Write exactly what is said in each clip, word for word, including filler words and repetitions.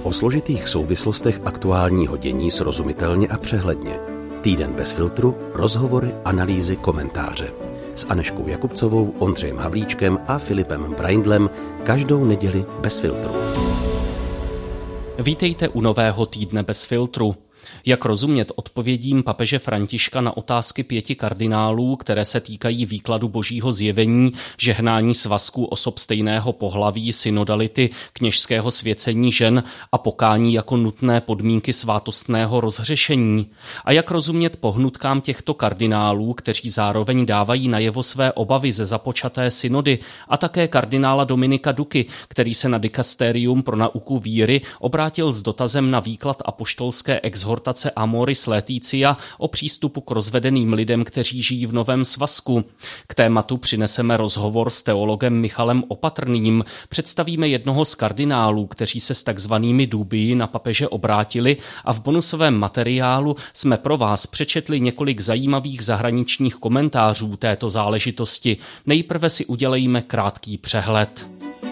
O složitých souvislostech aktuálního dění srozumitelně a přehledně. Týden bez filtru, rozhovory, analýzy, komentáře. S Anežkou Jakubcovou, Ondřejem Havlíčkem a Filipem Braindlem každou neděli bez filtru. Vítejte u nového Týdne bez filtru. Jak rozumět odpovědím papeže Františka na otázky pěti kardinálů, které se týkají výkladu božího zjevení, žehnání svazků osob stejného pohlaví, synodality, kněžského svěcení žen a pokání jako nutné podmínky svátostného rozhřešení? A jak rozumět pohnutkám těchto kardinálů, kteří zároveň dávají najevo své obavy ze započaté synody, a také kardinála Dominika Duky, který se na dikasterium pro nauku víry obrátil s dotazem na výklad apoštolské exhortace Amoris Laetitia o přístupu k rozvedeným lidem, kteří žijí v novém svazku. K tématu přineseme rozhovor s teologem Michalem Opatrným, představíme jednoho z kardinálů, kteří se s takzvanými dubii na papeže obrátili, a v bonusovém materiálu jsme pro vás přečetli několik zajímavých zahraničních komentářů této záležitosti. Nejprve si udělejme krátký přehled.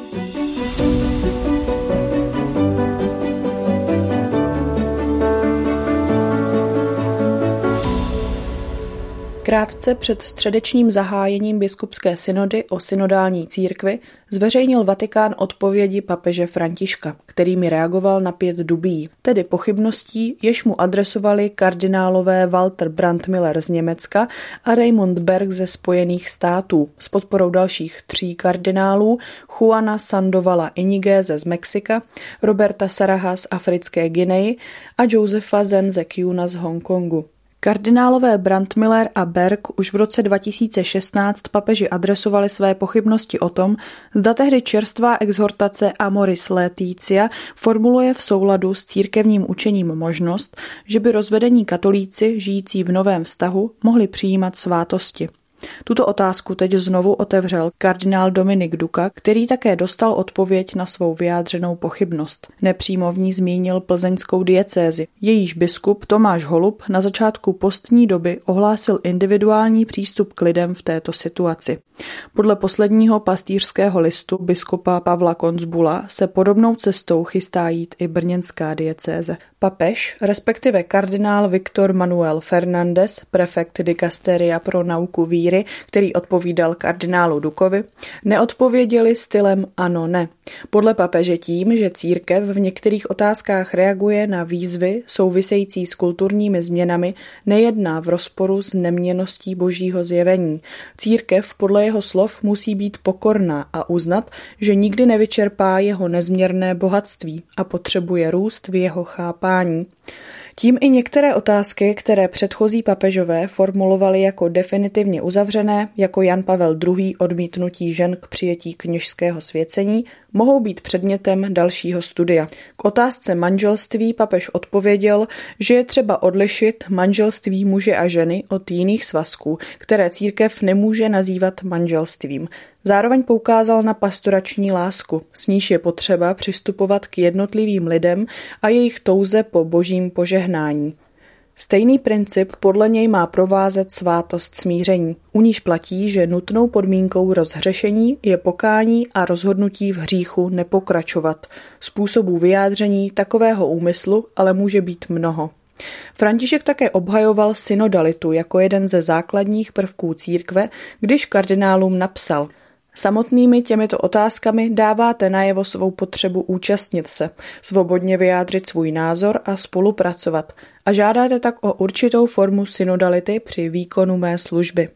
Krátce před středečním zahájením biskupské synody o synodální církvi zveřejnil Vatikán odpovědi papeže Františka, kterými reagoval na pět dubií, tedy pochybností, jež mu adresovali kardinálové Walter Brandmüller z Německa a Raymond Berg ze Spojených států s podporou dalších tří kardinálů, Juana Sandovala Inigéze z Mexika, Roberta Saraha z Africké Guineji a Josefa Zenze Kyuna z Hongkongu. Kardinálové Brandmüller a Berg už v roce dva tisíce šestnáct papeži adresovali své pochybnosti o tom, zda tehdy čerstvá exhortace Amoris Laetitia formuluje v souladu s církevním učením možnost, že by rozvedení katolíci žijící v novém vztahu mohli přijímat svátosti. Tuto otázku teď znovu otevřel kardinál Dominik Duka, který také dostal odpověď na svou vyjádřenou pochybnost. Nepřímo v ní zmínil plzeňskou diecézi. Jejíž biskup Tomáš Holub na začátku postní doby ohlásil individuální přístup k lidem v této situaci. Podle posledního pastýřského listu biskupa Pavla Konzbula se podobnou cestou chystá jít i brněnská diecéze. Papež, respektive kardinál Viktor Manuel Fernández, prefekt dikasteria pro nauku víry, který odpovídal kardinálu Dukovi, neodpověděli stylem ano, ne. Podle papeže tím, že církev v některých otázkách reaguje na výzvy související s kulturními změnami, nejedná v rozporu s neměnností božího zjevení. Církev podle jeho slov musí být pokorná a uznat, že nikdy nevyčerpá jeho nezměrné bohatství a potřebuje růst v jeho chápání. Tím i některé otázky, které předchozí papežové formulovali jako definitivně uzavřené, jako Jan Pavel druhý. Odmítnutí žen k přijetí kněžského svěcení, mohou být předmětem dalšího studia. K otázce manželství papež odpověděl, že je třeba odlišit manželství muže a ženy od jiných svazků, které církev nemůže nazývat manželstvím. Zároveň poukázal na pastorační lásku, s níž je potřeba přistupovat k jednotlivým lidem a jejich touze po božím požehnání. Stejný princip podle něj má provázet svátost smíření, u níž platí, že nutnou podmínkou rozhřešení je pokání a rozhodnutí v hříchu nepokračovat. Způsobů vyjádření takového úmyslu ale může být mnoho. František také obhajoval synodalitu jako jeden ze základních prvků církve, když kardinálům napsal: samotnými těmito otázkami dáváte najevo svou potřebu účastnit se, svobodně vyjádřit svůj názor a spolupracovat a žádáte tak o určitou formu synodality při výkonu mé služby.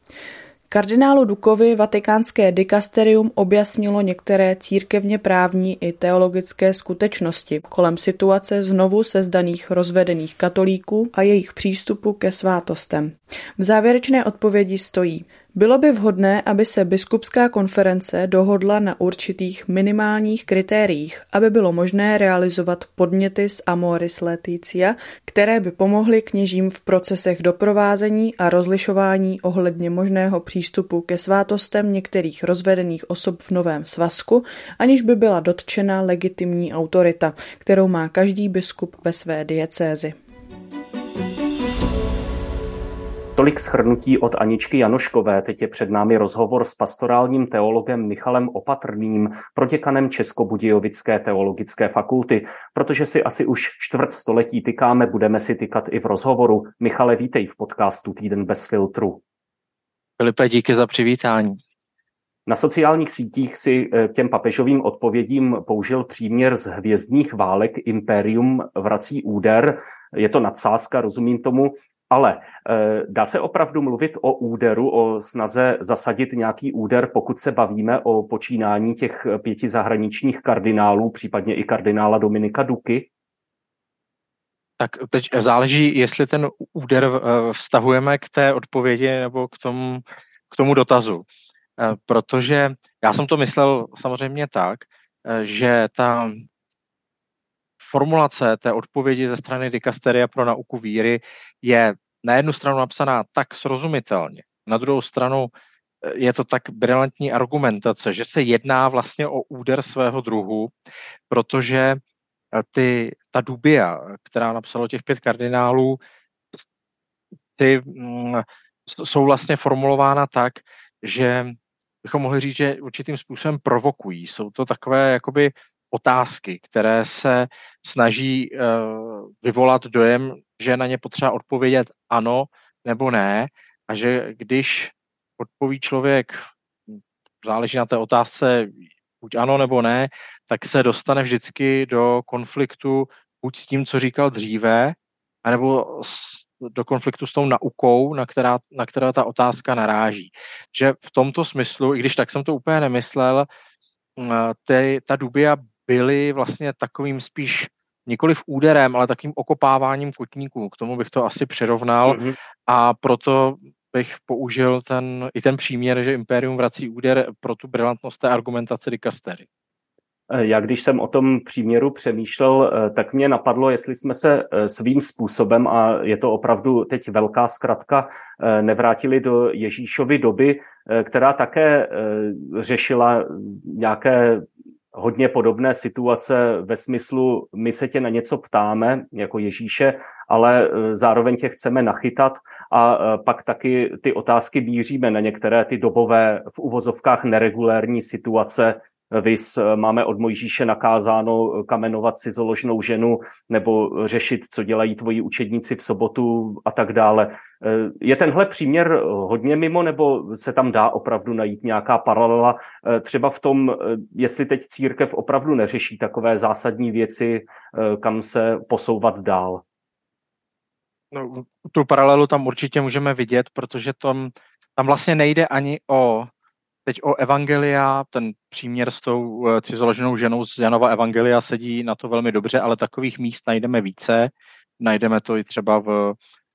Kardinálu Dukovi vatikánské dikasterium objasnilo některé církevně právní i teologické skutečnosti kolem situace znovu sezdaných rozvedených katolíků a jejich přístupu ke svátostem. V závěrečné odpovědi stojí: bylo by vhodné, aby se biskupská konference dohodla na určitých minimálních kritériích, aby bylo možné realizovat podněty z Amoris Laetitia, které by pomohly kněžím v procesech doprovázení a rozlišování ohledně možného přístupu ke svátostem některých rozvedených osob v novém svazku, aniž by byla dotčena legitimní autorita, kterou má každý biskup ve své diecézi. Tolik shrnutí od Aničky Janoškové. Teď je před námi rozhovor s pastorálním teologem Michalem Opatrným, proděkanem Českobudějovické teologické fakulty. Protože si asi už čtvrt století tykáme, budeme si tykat i v rozhovoru. Michale, vítej v podcastu Týden bez filtru. Filipe, díky za přivítání. Na sociálních sítích si k těm papežovým odpovědím použil příměr z Hvězdných válek Imperium vrací úder. Je to nadsázka, rozumím tomu. Ale dá se opravdu mluvit o úderu, o snaze zasadit nějaký úder, pokud se bavíme o počínání těch pěti zahraničních kardinálů, případně i kardinála Dominika Duky? Tak teď záleží, jestli ten úder vztahujeme k té odpovědi nebo k tomu, k tomu dotazu. Protože já jsem to myslel samozřejmě tak, že ta formulace té odpovědi ze strany Dikasteria pro nauku víry je na jednu stranu napsaná tak srozumitelně, na druhou stranu je to tak brilantní argumentace, že se jedná vlastně o úder svého druhu, protože ty, ta dubia, která napsalo těch pět kardinálů, ty mm, jsou vlastně formulována tak, že bychom mohli říct, že určitým způsobem provokují. Jsou to takové jakoby otázky, které se snaží uh, vyvolat dojem, že je na ně potřeba odpovědět ano nebo ne, a že když odpoví člověk, záleží na té otázce, buď ano nebo ne, tak se dostane vždycky do konfliktu buď s tím, co říkal dříve, anebo s, do konfliktu s tou naukou, na která, na která ta otázka naráží. Že v tomto smyslu, i když tak jsem to úplně nemyslel, ty, ta dubia byly vlastně takovým spíš nikoliv úderem, ale takým okopáváním kotníků. K tomu bych to asi přirovnal mm-hmm. a proto bych použil ten, i ten příměr, že Imperium vrací úder pro tu brilantnost té argumentace Dikastery. Já když jsem o tom příměru přemýšlel, tak mě napadlo, jestli jsme se svým způsobem, a je to opravdu teď velká zkratka, nevrátili do Ježíšovy doby, která také řešila nějaké hodně podobné situace ve smyslu, my se tě na něco ptáme, jako Ježíše, ale zároveň tě chceme nachytat a pak taky ty otázky míříme na některé ty dobové v uvozovkách neregulérní situace. Vys, máme od Mojžíše nakázáno kamenovat cizoložnou ženu nebo řešit, co dělají tvoji učedníci v sobotu a tak dále. Je tenhle příměr hodně mimo, nebo se tam dá opravdu najít nějaká paralela? Třeba v tom, jestli teď církev opravdu neřeší takové zásadní věci, kam se posouvat dál? No, tu paralelu tam určitě můžeme vidět, protože tam, tam vlastně nejde ani o Teď o evangelia, ten příměr s tou cizoloženou ženou z Janova evangelia sedí na to velmi dobře, ale takových míst najdeme více. Najdeme to i třeba v,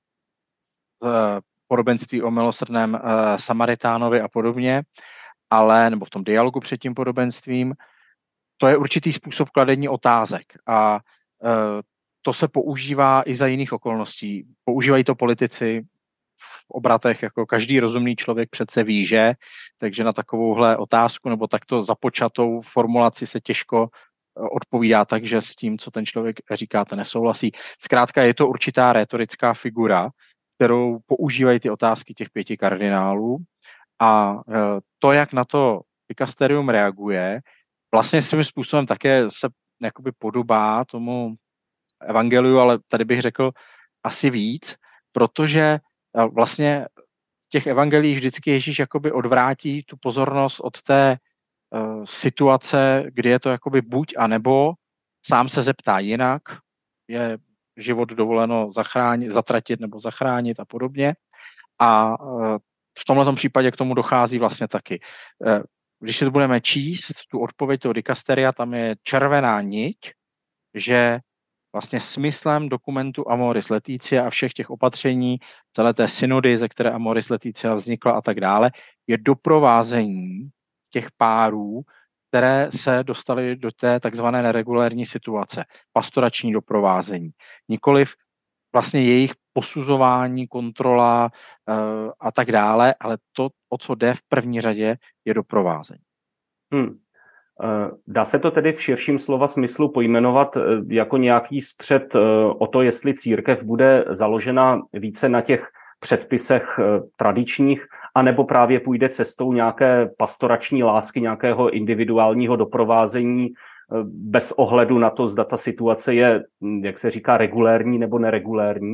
v podobenství o milosrdném uh, Samaritánovi a podobně, ale nebo v tom dialogu před tím podobenstvím. To je určitý způsob kladení otázek a uh, to se používá i za jiných okolností. Používají to politici v obratech, jako každý rozumný člověk přece ví, že, takže na takovouhle otázku nebo takto započatou formulaci se těžko odpovídá tak, že s tím, co ten člověk říkáte, nesouhlasí. Zkrátka je to určitá rétorická figura, kterou používají ty otázky těch pěti kardinálů a to, jak na to Dikasterium reaguje, vlastně svým způsobem také se jakoby podobá tomu evangeliu, ale tady bych řekl asi víc, protože vlastně v těch evangelích vždycky Ježíš jakoby odvrátí tu pozornost od té uh, situace, kdy je to jakoby buď a nebo, sám se zeptá jinak, je život dovoleno zachránit, zatratit nebo zachránit a podobně. A uh, v tomhletom případě k tomu dochází vlastně taky. Uh, když si to budeme číst, tu odpověď toho Dikasteria, tam je červená niť, že vlastně smyslem dokumentu Amoris Laetitia a všech těch opatření, celé té synody, ze které Amoris Laetitia vznikla a tak dále, je doprovázení těch párů, které se dostaly do té takzvané neregulérní situace, pastorační doprovázení. Nikoliv vlastně jejich posuzování, kontrola uh, a tak dále, ale to, o co jde v první řadě, je doprovázení. Hmm. Dá se to tedy v širším slova smyslu pojmenovat jako nějaký střet o to, jestli církev bude založena více na těch předpisech tradičních, anebo právě půjde cestou nějaké pastorační lásky, nějakého individuálního doprovázení bez ohledu na to, zda ta situace je, jak se říká, regulérní nebo neregulérní?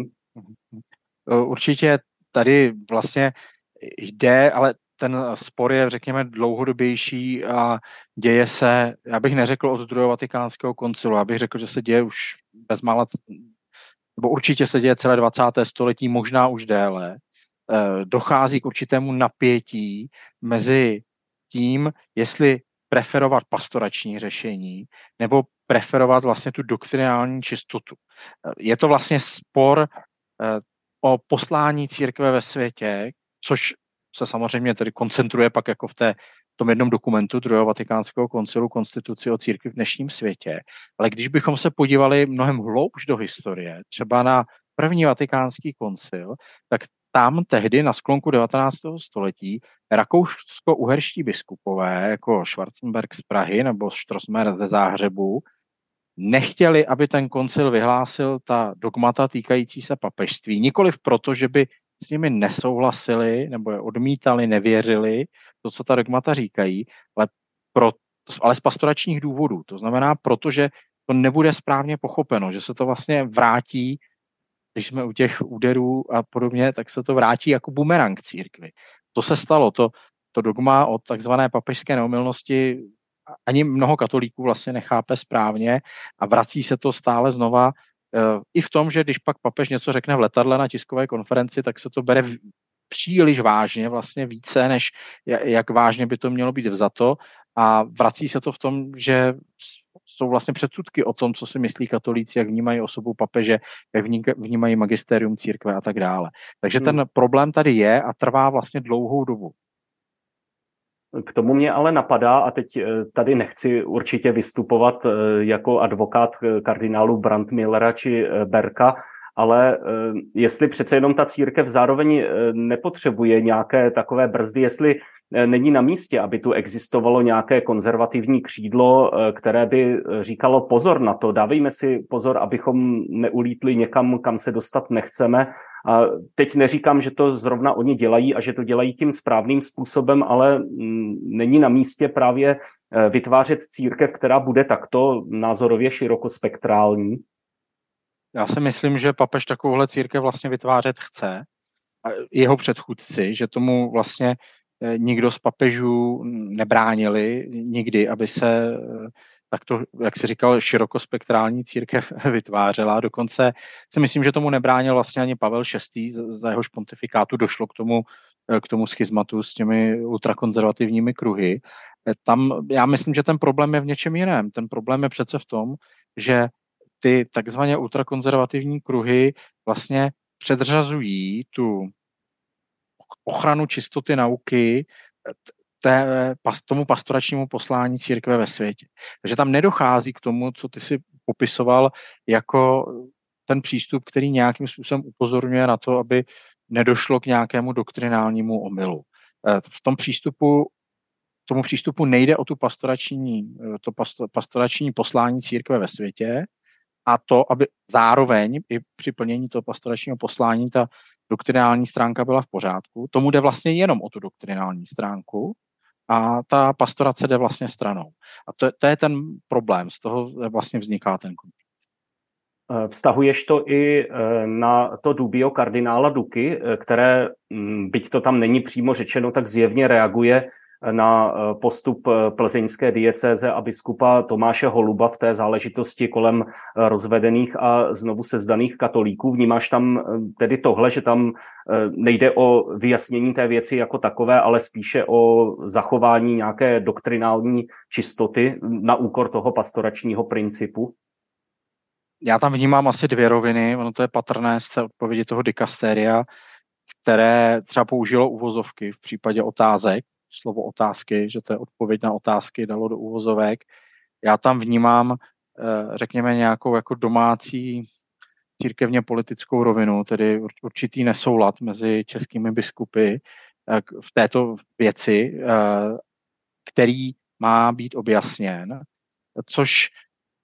Určitě tady vlastně jde, ale ten spor je, řekněme, dlouhodobější a děje se, já bych neřekl od druhého vatikánského koncilu, já bych řekl, že se děje už bezmála, nebo určitě se děje celé dvacáté století, možná už déle. Dochází k určitému napětí mezi tím, jestli preferovat pastorační řešení nebo preferovat vlastně tu doktrinální čistotu. Je to vlastně spor o poslání církve ve světě, což se samozřejmě tedy koncentruje pak jako v té, v tom jednom dokumentu druhého vatikánského koncilu Konstituci o církvi v dnešním světě. Ale když bychom se podívali mnohem hloubš do historie, třeba na první vatikánský koncil, tak tam tehdy na sklonku devatenáctého století rakousko-uherští biskupové, jako Schwarzenberg z Prahy nebo Strossmayer ze Záhřebu, nechtěli, aby ten koncil vyhlásil ta dogmata týkající se papežství. Nikoliv proto, že by s nimi nesouhlasili nebo je odmítali, nevěřili to, co ta dogmata říkají, ale, pro, ale z pastoračních důvodů. To znamená, protože to nebude správně pochopeno, že se to vlastně vrátí, když jsme u těch úderů a podobně, tak se to vrátí jako bumerang církvi. To se stalo, to, to dogma o takzvané papežské neomylnosti ani mnoho katolíků vlastně nechápe správně a vrací se to stále znova i v tom, že když pak papež něco řekne v letadle na tiskové konferenci, tak se to bere příliš vážně, vlastně více, než jak vážně by to mělo být vzato a vrací se to v tom, že jsou vlastně předsudky o tom, co si myslí katolíci, jak vnímají osobu papeže, jak vnímají magisterium církve a tak dále. Takže ten problém tady je a trvá vlastně dlouhou dobu. K tomu mě ale napadá, a teď tady nechci určitě vystupovat jako advokát kardinálu Brandmillera či Berka, ale jestli přece jenom ta církev zároveň nepotřebuje nějaké takové brzdy, jestli není na místě, aby tu existovalo nějaké konzervativní křídlo, které by říkalo pozor na to, dávejme si pozor, abychom neulítli někam, kam se dostat nechceme. A teď neříkám, že to zrovna oni dělají a že to dělají tím správným způsobem, ale není na místě právě vytvářet církev, která bude takto názorově širokospektrální. Já si myslím, že papež takovouhle církev vlastně vytvářet chce. A jeho předchůdci, že tomu vlastně nikdo z papežů nebránili nikdy, aby se takto, jak si říkal, širokospektrální církev vytvářela. Dokonce si myslím, že tomu nebránil vlastně ani Pavel šestý. Za jehož pontifikátu došlo k tomu, k tomu schizmatu s těmi ultrakonzervativními kruhy. Tam já myslím, že ten problém je v něčem jiném. Ten problém je přece v tom, že ty takzvaně ultrakonzervativní kruhy vlastně předřazují tu ochranu čistoty nauky té, tomu pastoračnímu poslání církve ve světě. Takže tam nedochází k tomu, co ty si popisoval jako ten přístup, který nějakým způsobem upozorňuje na to, aby nedošlo k nějakému doktrinálnímu omylu. V tom přístupu tomu přístupu nejde o tu pastorační, to pastorační poslání církve ve světě a to, aby zároveň i při plnění toho pastoračního poslání ta doktrinální stránka byla v pořádku. Tomu jde vlastně jenom o tu doktrinální stránku a ta pastorace jde vlastně stranou. A to, to je ten problém, z toho vlastně vzniká ten konflikt. Vztahuješ to i na to dubio kardinála Duky, které, byť to tam není přímo řečeno, tak zjevně reaguje na postup plzeňské diecéze a biskupa Tomáše Holuba v té záležitosti kolem rozvedených a znovu sezdaných katolíků. Vnímáš tam tedy tohle, že tam nejde o vyjasnění té věci jako takové, ale spíše o zachování nějaké doktrinální čistoty na úkor toho pastoračního principu? Já tam vnímám asi dvě roviny. Ono to je patrné z té odpovědi toho dikasteria, které třeba použilo uvozovky v případě otázek, slovo otázky, že to je odpověď na otázky, dalo do uvozovek. Já tam vnímám, řekněme, nějakou jako domácí církevně politickou rovinu, tedy určitý nesoulad mezi českými biskupy v této věci, který má být objasněn, což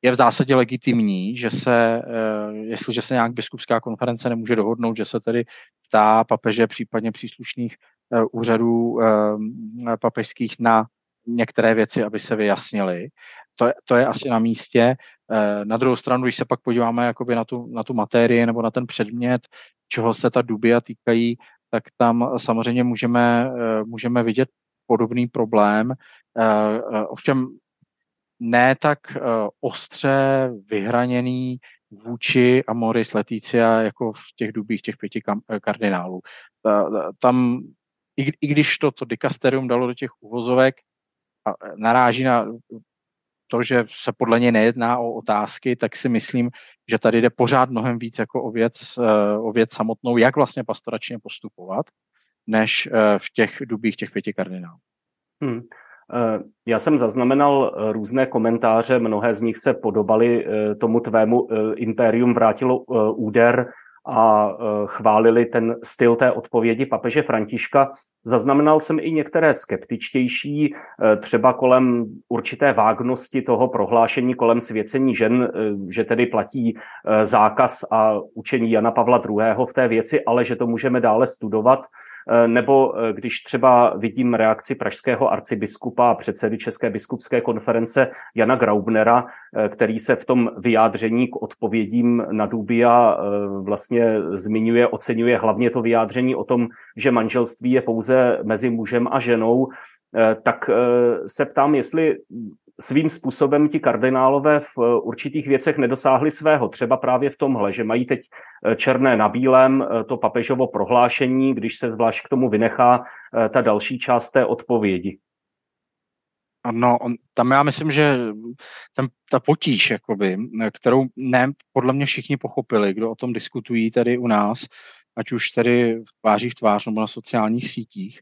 je v zásadě legitimní, že se, jestliže se nějak biskupská konference nemůže dohodnout, že se tedy ptá papeže, případně příslušných úřadů papežských na některé věci, aby se vyjasnily. To, to je asi na místě. Na druhou stranu, když se pak podíváme jakoby na tu, na tu materii nebo na ten předmět, čeho se ta dubia týkají, tak tam samozřejmě můžeme, můžeme vidět podobný problém. Ovšem ne tak ostře vyhraněný vůči Amoris Laetitia jako v těch dubích těch pěti kardinálů. Tam, i, i když to, to dikasterium dalo do těch uvozovek a naráží na to, že se podle něj nejedná o otázky, tak si myslím, že tady jde pořád mnohem víc jako o věc, o věc samotnou, jak vlastně pastoračně postupovat, než v těch dubích těch pěti kardinálů. Hmm. Já jsem zaznamenal různé komentáře, mnohé z nich se podobaly tomu tvému Imperium vrátilo úder a chválili ten styl té odpovědi papeže Františka. Zaznamenal jsem i některé skeptičtější, třeba kolem určité vágnosti toho prohlášení kolem svěcení žen, že tedy platí zákaz a učení Jana Pavla druhého. v té věci, ale že to můžeme dále studovat. Nebo když třeba vidím reakci pražského arcibiskupa a předsedy České biskupské konference Jana Graubnera, který se v tom vyjádření k odpovědím na dubia vlastně zmiňuje, oceňuje hlavně to vyjádření o tom, že manželství je pouze mezi mužem a ženou, tak se ptám, jestli svým způsobem ti kardinálové v určitých věcech nedosáhli svého, třeba právě v tomhle, že mají teď černé na bílém to papežovo prohlášení, když se zvlášť k tomu vynechá ta další část té odpovědi. Ano, on, tam já myslím, že ten, ta potíž, jakoby, kterou ne, podle mě všichni pochopili, kdo o tom diskutují tady u nás, ať už tady tváří v tvář nebo na sociálních sítích,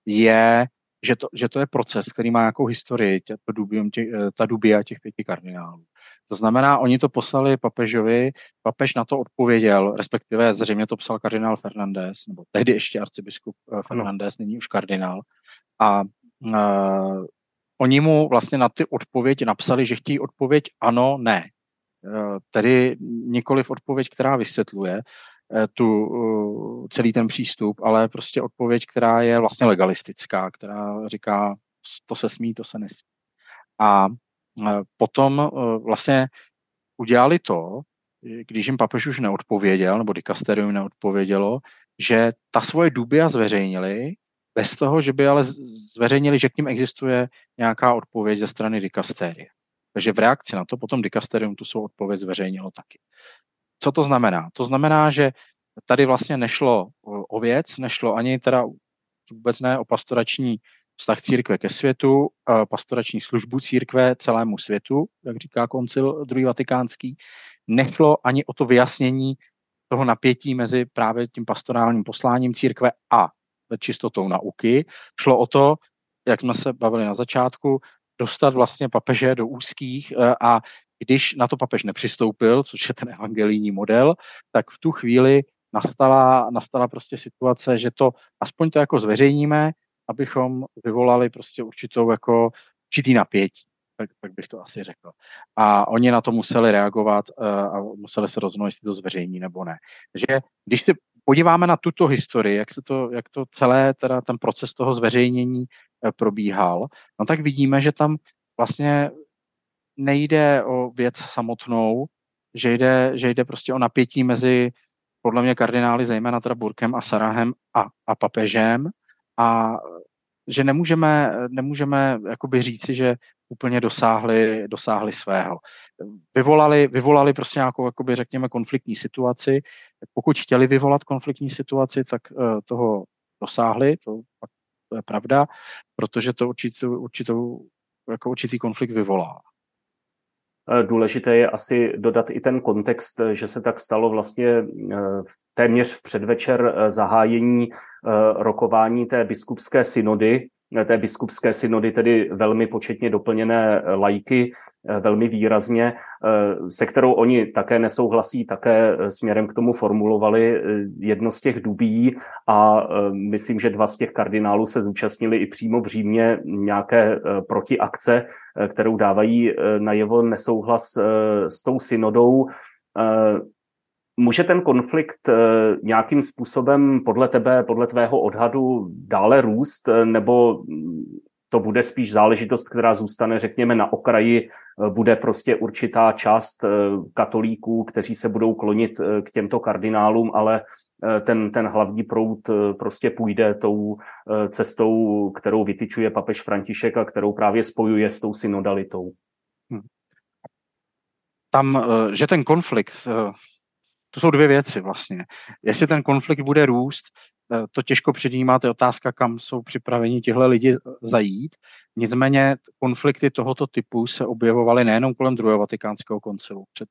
je, že to, že to je proces, který má nějakou historii, tě, to dubium, tě, ta dubia těch pěti kardinálů. To znamená, oni to poslali papežovi, papež na to odpověděl, respektive zřejmě to psal kardinál Fernández, nebo tehdy ještě arcibiskup Fernández, nyní už kardinál. A uh, oni mu vlastně na ty odpověď napsali, že chtějí odpověď ano, ne. Uh, tedy nikoliv odpověď, která vysvětluje tu, uh, celý ten přístup, ale prostě odpověď, která je vlastně legalistická, která říká, to se smí, to se nesmí. A uh, potom uh, vlastně udělali to, když jim papež už neodpověděl, nebo dikasterium neodpovědělo, že ta svoje dubia zveřejnili, bez toho, že by ale zveřejnili, že k ním existuje nějaká odpověď ze strany dikasteria. Takže v reakci na to potom dikasterium tu svou odpověď zveřejnilo taky. Co to znamená? To znamená, že tady vlastně nešlo o věc, nešlo ani teda vůbec ne o pastorační vztah církve ke světu, pastorační službu církve celému světu, jak říká koncil druhý vatikánský, nešlo ani o to vyjasnění toho napětí mezi právě tím pastorálním posláním církve a čistotou nauky. Šlo o to, jak jsme se bavili na začátku, dostat vlastně papeže do úzkých a když na to papež nepřistoupil, což je ten evangelijní model, tak v tu chvíli nastala, nastala prostě situace, že to aspoň to jako zveřejníme, abychom vyvolali prostě určitou jako určitý napětí, tak, tak bych to asi řekl. A oni na to museli reagovat a museli se rozhodnout, jestli to zveřejní nebo ne. Takže když se podíváme na tuto historii, jak se to, jak to celé, teda ten proces toho zveřejnění probíhal, no tak vidíme, že tam vlastně nejde o věc samotnou, že jde, že jde prostě o napětí mezi, podle mě, kardinály, zejména teda Burkem a Sarahem a, a papežem, a že nemůžeme, nemůžeme jakoby říci, že úplně dosáhli, dosáhli svého. Vyvolali, vyvolali prostě nějakou, jakoby, řekněme, konfliktní situaci. Pokud chtěli vyvolat konfliktní situaci, tak uh, toho dosáhli, to, to je pravda, protože to určitou, určitou, jako určitý konflikt vyvolá. Důležité je asi dodat i ten kontext, že se tak stalo vlastně téměř v předvečer zahájení rokování té biskupské synody, té biskupské synody, tedy velmi početně doplněné laiky, velmi výrazně, se kterou oni také nesouhlasí, také směrem k tomu formulovali jedno z těch dubí a myslím, že dva z těch kardinálů se zúčastnili i přímo v Římě nějaké protiakce, kterou dávají najevo nesouhlas s tou synodou. Může ten konflikt nějakým způsobem podle tebe, podle tvého odhadu dále růst, nebo to bude spíš záležitost, která zůstane, řekněme, na okraji, bude prostě určitá část katolíků, kteří se budou klonit k těmto kardinálům, ale ten, ten hlavní proud prostě půjde tou cestou, kterou vytyčuje papež František a kterou právě spojuje s tou synodalitou? Tam, že ten konflikt, to jsou dvě věci vlastně. Jestli ten konflikt bude růst, to těžko předjímat, je otázka, kam jsou připraveni tihle lidi zajít. Nicméně konflikty tohoto typu se objevovaly nejenom kolem druhého vatikánského koncilu, před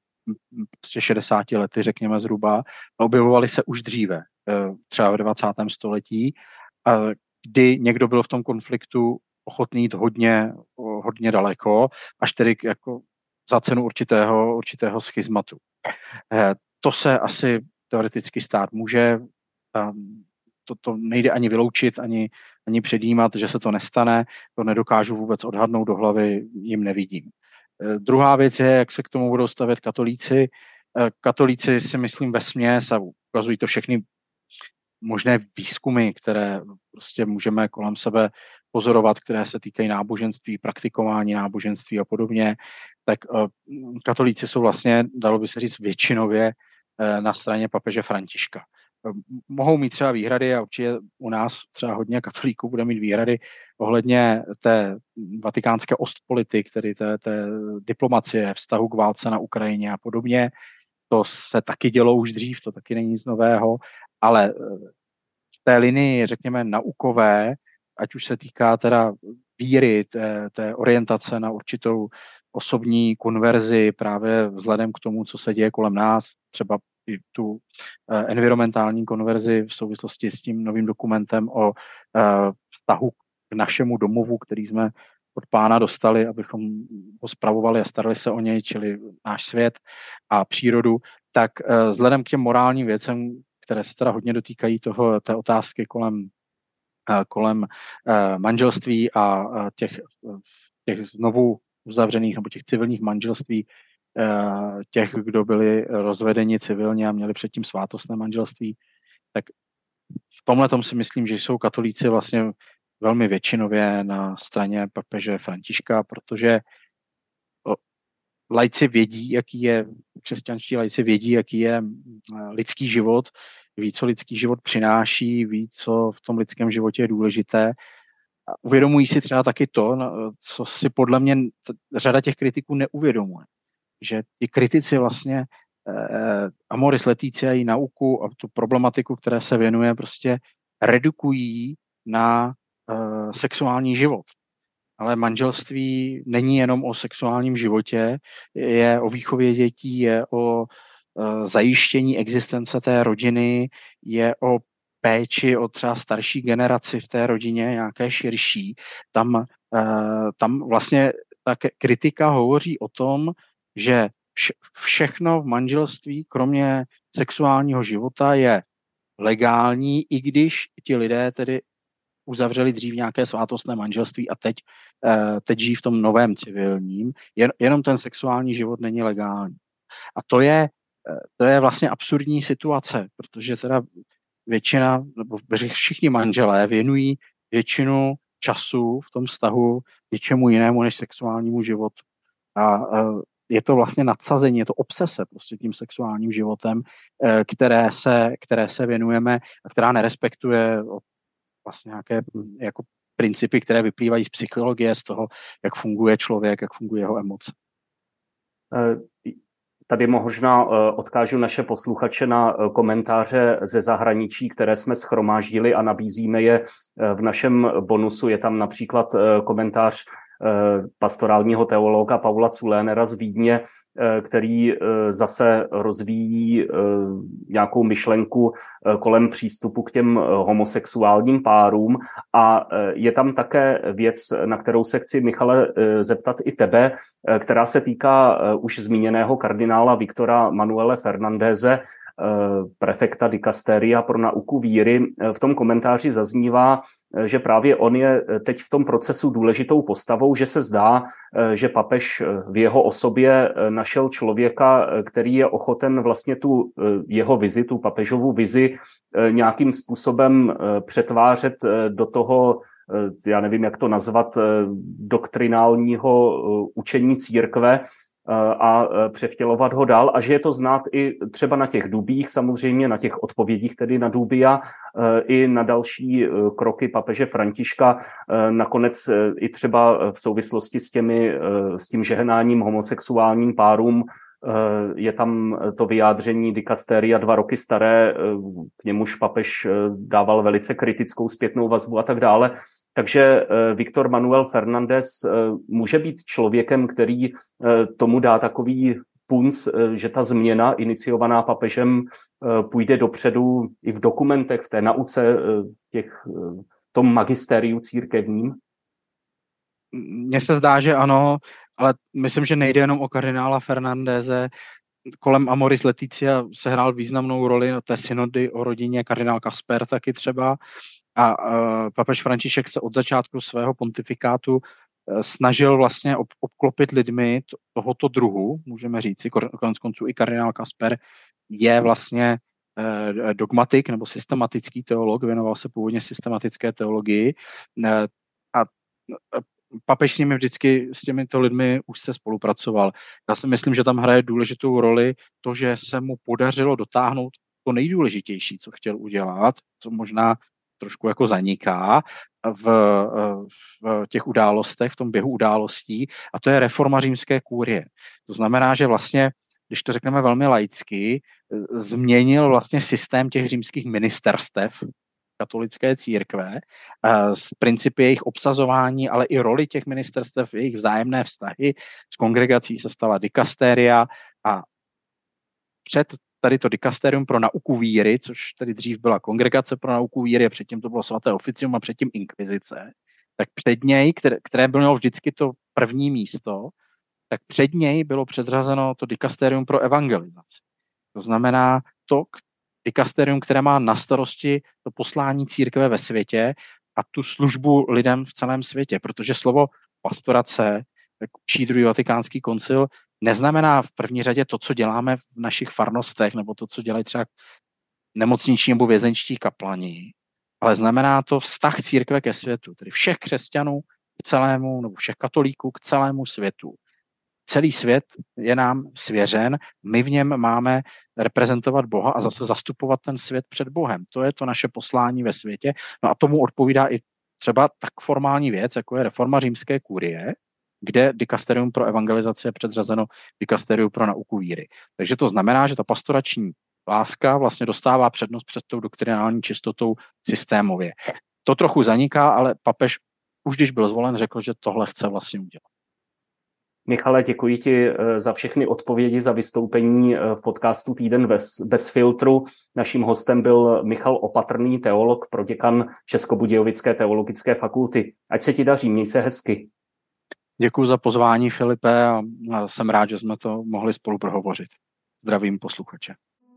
šedesáti lety, řekněme zhruba, objevovaly se už dříve, třeba v dvacátém století, kdy někdo byl v tom konfliktu ochotný jít hodně, hodně daleko, až tedy jako za cenu určitého, určitého schizmatu. To se asi teoreticky stát může, to, to nejde ani vyloučit, ani, ani předjímat, že se to nestane, to nedokážu vůbec odhadnout, do hlavy jim nevidím. Druhá věc je, jak se k tomu budou stavět katolíci. Katolíci si myslím vesměs, a ukazují to všechny možné výzkumy, které prostě můžeme kolem sebe pozorovat, které se týkají náboženství, praktikování náboženství a podobně, tak katolíci jsou vlastně, dalo by se říct, většinově na straně papeže Františka. Mohou mít třeba výhrady a určitě u nás třeba hodně katolíků bude mít výhrady ohledně té vatikánské ostpolitik, tedy té, té diplomacie, vztahu k válce na Ukrajině a podobně. To se taky dělo už dřív, to taky není nic nového, ale v té linii, řekněme, naukové, ať už se týká teda víry, té, té orientace na určitou osobní konverzi právě vzhledem k tomu, co se děje kolem nás, třeba i tu eh, environmentální konverzi v souvislosti s tím novým dokumentem o eh, vztahu k našemu domovu, který jsme od Pána dostali, abychom ho spravovali a starali se o něj, čili náš svět a přírodu, tak eh, vzhledem k těm morálním věcem, které se teda hodně dotýkají toho, té otázky kolem, eh, kolem eh, manželství a eh, těch, těch znovu uzavřených nebo těch civilních manželství, těch, kdo byli rozvedeni civilně a měli předtím svátostné manželství, tak v tomhle tom si myslím, že jsou katolíci vlastně velmi většinově na straně papeže Františka, protože laici vědí, jaký je, křesťanští laici vědí, jaký je lidský život, ví, co lidský život přináší, ví, co v tom lidském životě je důležité. A uvědomují si třeba taky to, co si podle mě řada těch kritiků neuvědomuje. Že ti kritici vlastně eh, Amoris Laetitia, její nauku a tu problematiku, které se věnuje, prostě redukují na eh, sexuální život. Ale manželství není jenom o sexuálním životě, je o výchově dětí, je o eh, zajištění existence té rodiny, je o péči o třeba starší generaci v té rodině, nějaké širší. Tam, eh, tam vlastně ta kritika hovoří o tom, že všechno v manželství, kromě sexuálního života, je legální, i když ti lidé tedy uzavřeli dřív nějaké svátostné manželství a teď, teď žijí v tom novém civilním. Jen, jenom ten sexuální život není legální. A to je, to je vlastně absurdní situace, protože teda většina, nebo všichni manželé věnují většinu času v tom vztahu něčemu jinému než sexuálnímu životu. A je to vlastně nadsazení, je to obsese prostě tím sexuálním životem, které se, které se věnujeme a která nerespektuje vlastně nějaké jako principy, které vyplývají z psychologie, z toho, jak funguje člověk, jak funguje jeho emoce. Tady možná odkážu naše posluchače na komentáře ze zahraničí, které jsme shromáždili a nabízíme je v našem bonusu. Je tam například komentář pastorálního teologa Paula Zulénera z Vídně, který zase rozvíjí nějakou myšlenku kolem přístupu k těm homosexuálním párům. A je tam také věc, na kterou se chci, Michale, zeptat i tebe, která se týká už zmíněného kardinála Viktora Manuele Fernandéze, prefekta dikasteria pro nauku víry. V tom komentáři zaznívá, že právě on je teď v tom procesu důležitou postavou, že se zdá, že papež v jeho osobě našel člověka, který je ochoten vlastně tu jeho vizi, tu papežovu vizi nějakým způsobem přetvářet do toho, já nevím, jak to nazvat, doktrinálního učení církve, a převtělovat ho dál a že je to znát i třeba na těch dubích, samozřejmě na těch odpovědích tedy na Dubia, i na další kroky papeže Františka, nakonec i třeba v souvislosti s, těmi, s tím žehnáním homosexuálním párům. Je tam to vyjádření dikasteria dva roky staré, k němuž papež dával velice kritickou zpětnou vazbu a tak dále. Takže Viktor Manuel Fernández může být člověkem, který tomu dá takový punc, že ta změna iniciovaná papežem půjde dopředu i v dokumentech, v té nauce, těch, tom magisteriu církevním? Mně se zdá, že ano, ale myslím, že nejde jenom o kardinála Fernandéze. Kolem Amoris Laetitia sehrál významnou roli na té synody o rodině kardinál Kasper taky třeba. A uh, papež František se od začátku svého pontifikátu uh, snažil vlastně ob- obklopit lidmi to, tohoto druhu, můžeme říci, konec konců i kardinál Kasper je vlastně uh, dogmatik nebo systematický teolog, věnoval se původně systematické teologii uh, a uh, papež s nimi vždycky, s těmito lidmi už se spolupracoval. Já si myslím, že tam hraje důležitou roli to, že se mu podařilo dotáhnout to nejdůležitější, co chtěl udělat, co možná trošku jako zaniká v, v těch událostech, v tom běhu událostí, a to je reforma římské kurie. To znamená, že vlastně, když to řekneme velmi laicky, změnil vlastně systém těch římských ministerstev katolické církve, z principy jejich obsazování, ale i roli těch ministerstev, jejich vzájemné vztahy. Z kongregací se stala dikasteria a před tady to dikasterium pro nauku víry, což tady dřív byla kongregace pro nauku víry a předtím to bylo svaté oficium a předtím inkvizice, tak před něj, které, které bylo vždycky to první místo, tak před něj bylo předřazeno to dikasterium pro evangelizaci. To znamená to dikasterium, které má na starosti to poslání církve ve světě a tu službu lidem v celém světě, protože slovo pastorace, jak učí druhý vatikánský koncil, neznamená v první řadě to, co děláme v našich farnostech, nebo to, co dělají třeba nemocniční nebo vězeňští kaplani, ale znamená to vztah církve ke světu, tedy všech křesťanů k celému, nebo všech katolíků k celému světu. Celý svět je nám svěřen, my v něm máme reprezentovat Boha a zase zastupovat ten svět před Bohem. To je to naše poslání ve světě. No a tomu odpovídá i třeba tak formální věc, jako je reforma římské kurie, kde dikasterium pro evangelizaci je předřazeno dikasteriu pro nauku víry. Takže to znamená, že ta pastorační láska vlastně dostává přednost před tou doktrinální čistotou systémově. To trochu zaniká, ale papež už když byl zvolen, řekl, že tohle chce vlastně udělat. Michale, děkuji ti za všechny odpovědi, za vystoupení v podcastu Týden bez, bez filtru. Naším hostem byl Michal Opatrný, teolog, proděkan Českobudějovické teologické fakulty. Ať se ti daří, měj se hezky. Děkuji za pozvání, Filipe, a jsem rád, že jsme to mohli spolu prohovořit. Zdravím posluchače.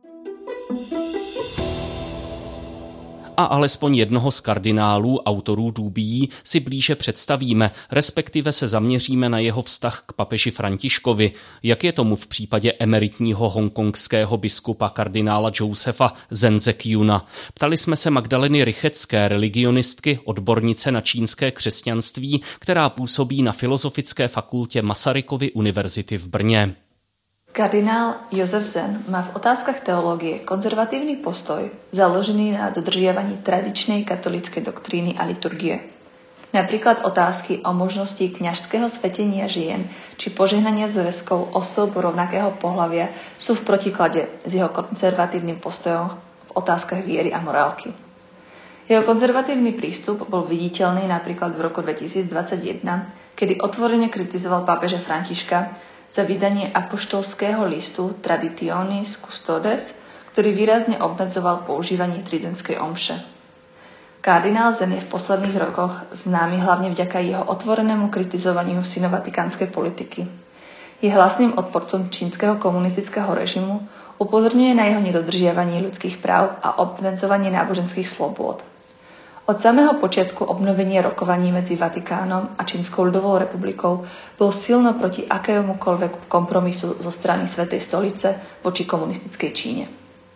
A alespoň jednoho z kardinálů, autorů Dubií, si blíže představíme, respektive se zaměříme na jeho vztah k papeži Františkovi. Jak je tomu v případě emeritního hongkongského biskupa kardinála Josefa Zenzekyuna? Ptali jsme se Magdaleny Rychecké, religionistky, odbornice na čínské křesťanství, která působí na Filozofické fakultě Masarykovy univerzity v Brně. Kardinál Josef Zen má v otázkach teológie konzervatívny postoj založený na dodržiavaní tradičnej katolíckej doktríny a liturgie. Napríklad otázky o možnosti kňažského svetenia žien či požehnania zväzkov osôb rovnakého pohlavia sú v protiklade s jeho konzervatívnym postojom v otázkach viery a morálky. Jeho konzervatívny prístup bol viditeľný napríklad v roku dvetisícdvadsaťjeden, kedy otvorene kritizoval pápeža Františka za vydanie apoštolského listu Traditionis Custodes, ktorý výrazne obmedzoval používanie tridentskej omše. Kardinál Zen je v posledných rokoch známy hlavne vďaka jeho otvorenému kritizovaniu synovatikánskej politiky. Je hlasným odporcom čínskeho komunistického režimu, upozorňuje na jeho nedodržiavanie ľudských práv a obmedzovanie náboženských slobôd. Od samého počiatku obnovenia rokovaní medzi Vatikánom a Čínskou ľudovou republikou bol silno proti akémukoľvek kompromisu zo strany Svätej stolice voči komunistickej Číne.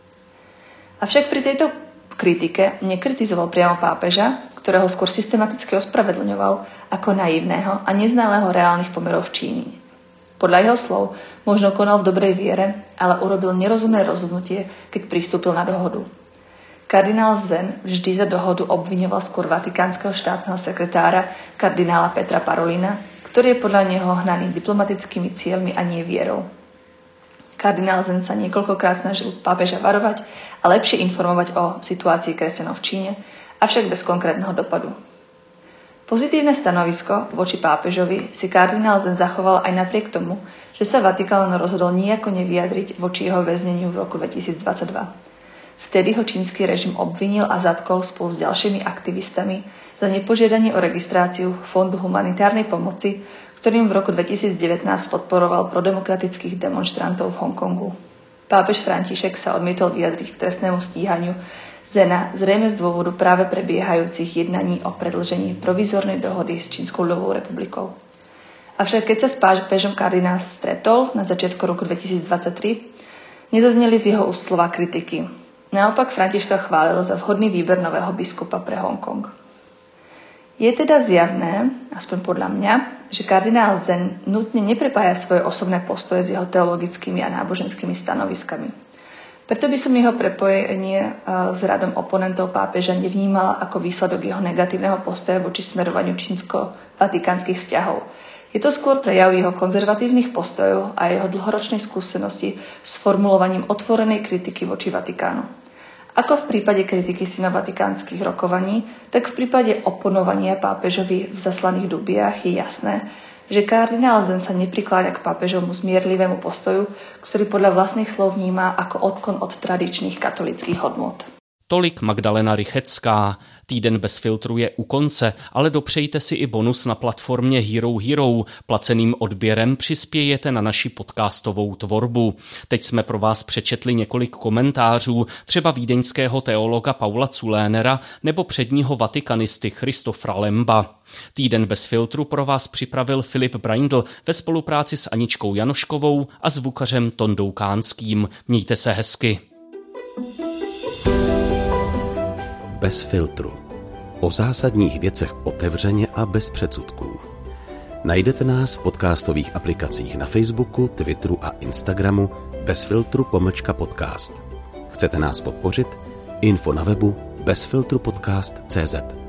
Avšak pri tejto kritike nekritizoval priamo pápeža, ktorého skôr systematicky ospravedlňoval ako naivného a neznalého reálnych pomerov v Číne. Podľa jeho slov možno konal v dobrej viere, ale urobil nerozumné rozhodnutie, keď pristúpil na dohodu. Kardinál Zen vždy za dohodu obviňoval skôr vatikánskeho štátneho sekretára kardinála Petra Parolina, ktorý je podľa neho hnaný diplomatickými cieľmi a nie vierou. Kardinál Zen sa niekoľkokrát snažil pápeža varovať a lepšie informovať o situácii kresťanov v Číne, avšak bez konkrétneho dopadu. Pozitívne stanovisko voči pápežovi si kardinál Zen zachoval aj napriek tomu, že sa Vatikán rozhodol nijako nevyjadriť voči jeho väzneniu v roku dvetisícdvadsaťdva. Vtedy ho čínsky režim obvinil a zatkol spolu s ďalšími aktivistami za nepožiadanie o registráciu Fondu humanitárnej pomoci, ktorým v roku dvetisícdevätnásť podporoval prodemokratických demonštrantov v Hongkongu. Pápež František sa odmietol vyjadriť k trestnému stíhaniu Zena, zrejme z dôvodu práve prebiehajúcich jednaní o predĺžení provizornej dohody s Čínskou ľudovou republikou. Avšak keď sa s pápežom kardinál stretol na začiatku roku dvetisícdvadsaťtri, nezazneli z jeho úst slova kritiky. Naopak Františka chválil za vhodný výber nového biskupa pre Hongkong. Je teda zjavné, aspoň podľa mňa, že kardinál Zen nutne neprepája svoje osobné postoje s jeho teologickými a náboženskými stanoviskami. Preto by som jeho prepojenie s radom oponentov pápeža nevnímala ako výsledok jeho negatívneho postoja voči smerovaniu čínsko-vatikánskych vzťahov. Je to skôr prejav jeho konzervatívnych postojov a jeho dlhoročnej skúsenosti s formulovaním otvorenej kritiky voči Vatikánu. Ako v prípade kritiky synovatikánskych rokovaní, tak v prípade oponovania pápežovi v zaslaných dubiách je jasné, že kardinál Zen sa neprikláňa k pápežovmu zmierlivému postoju, ktorý podľa vlastných slov vníma ako odklon od tradičných katolických hodnôt. Tolik Magdalena Rychecká. Týden bez filtru je u konce, ale dopřejte si i bonus na platformě Hero Hero. Placeným odběrem přispějete na naši podcastovou tvorbu. Teď jsme pro vás přečetli několik komentářů, třeba vídeňského teologa Paula Culénera nebo předního vatikanisty Christofra Lemba. Týden bez filtru pro vás připravil Filip Braindl ve spolupráci s Aničkou Janoškovou a zvukařem Tondou Kánským. Mějte se hezky. Bez filtru. O zásadních věcech otevřeně a bez předsudků. Najdete nás v podcastových aplikacích na Facebooku, Twitteru a Instagramu bez filtru pomlčka podcast. Chcete nás podpořit? Info na webu bezfiltrupodcast tečka cé zet.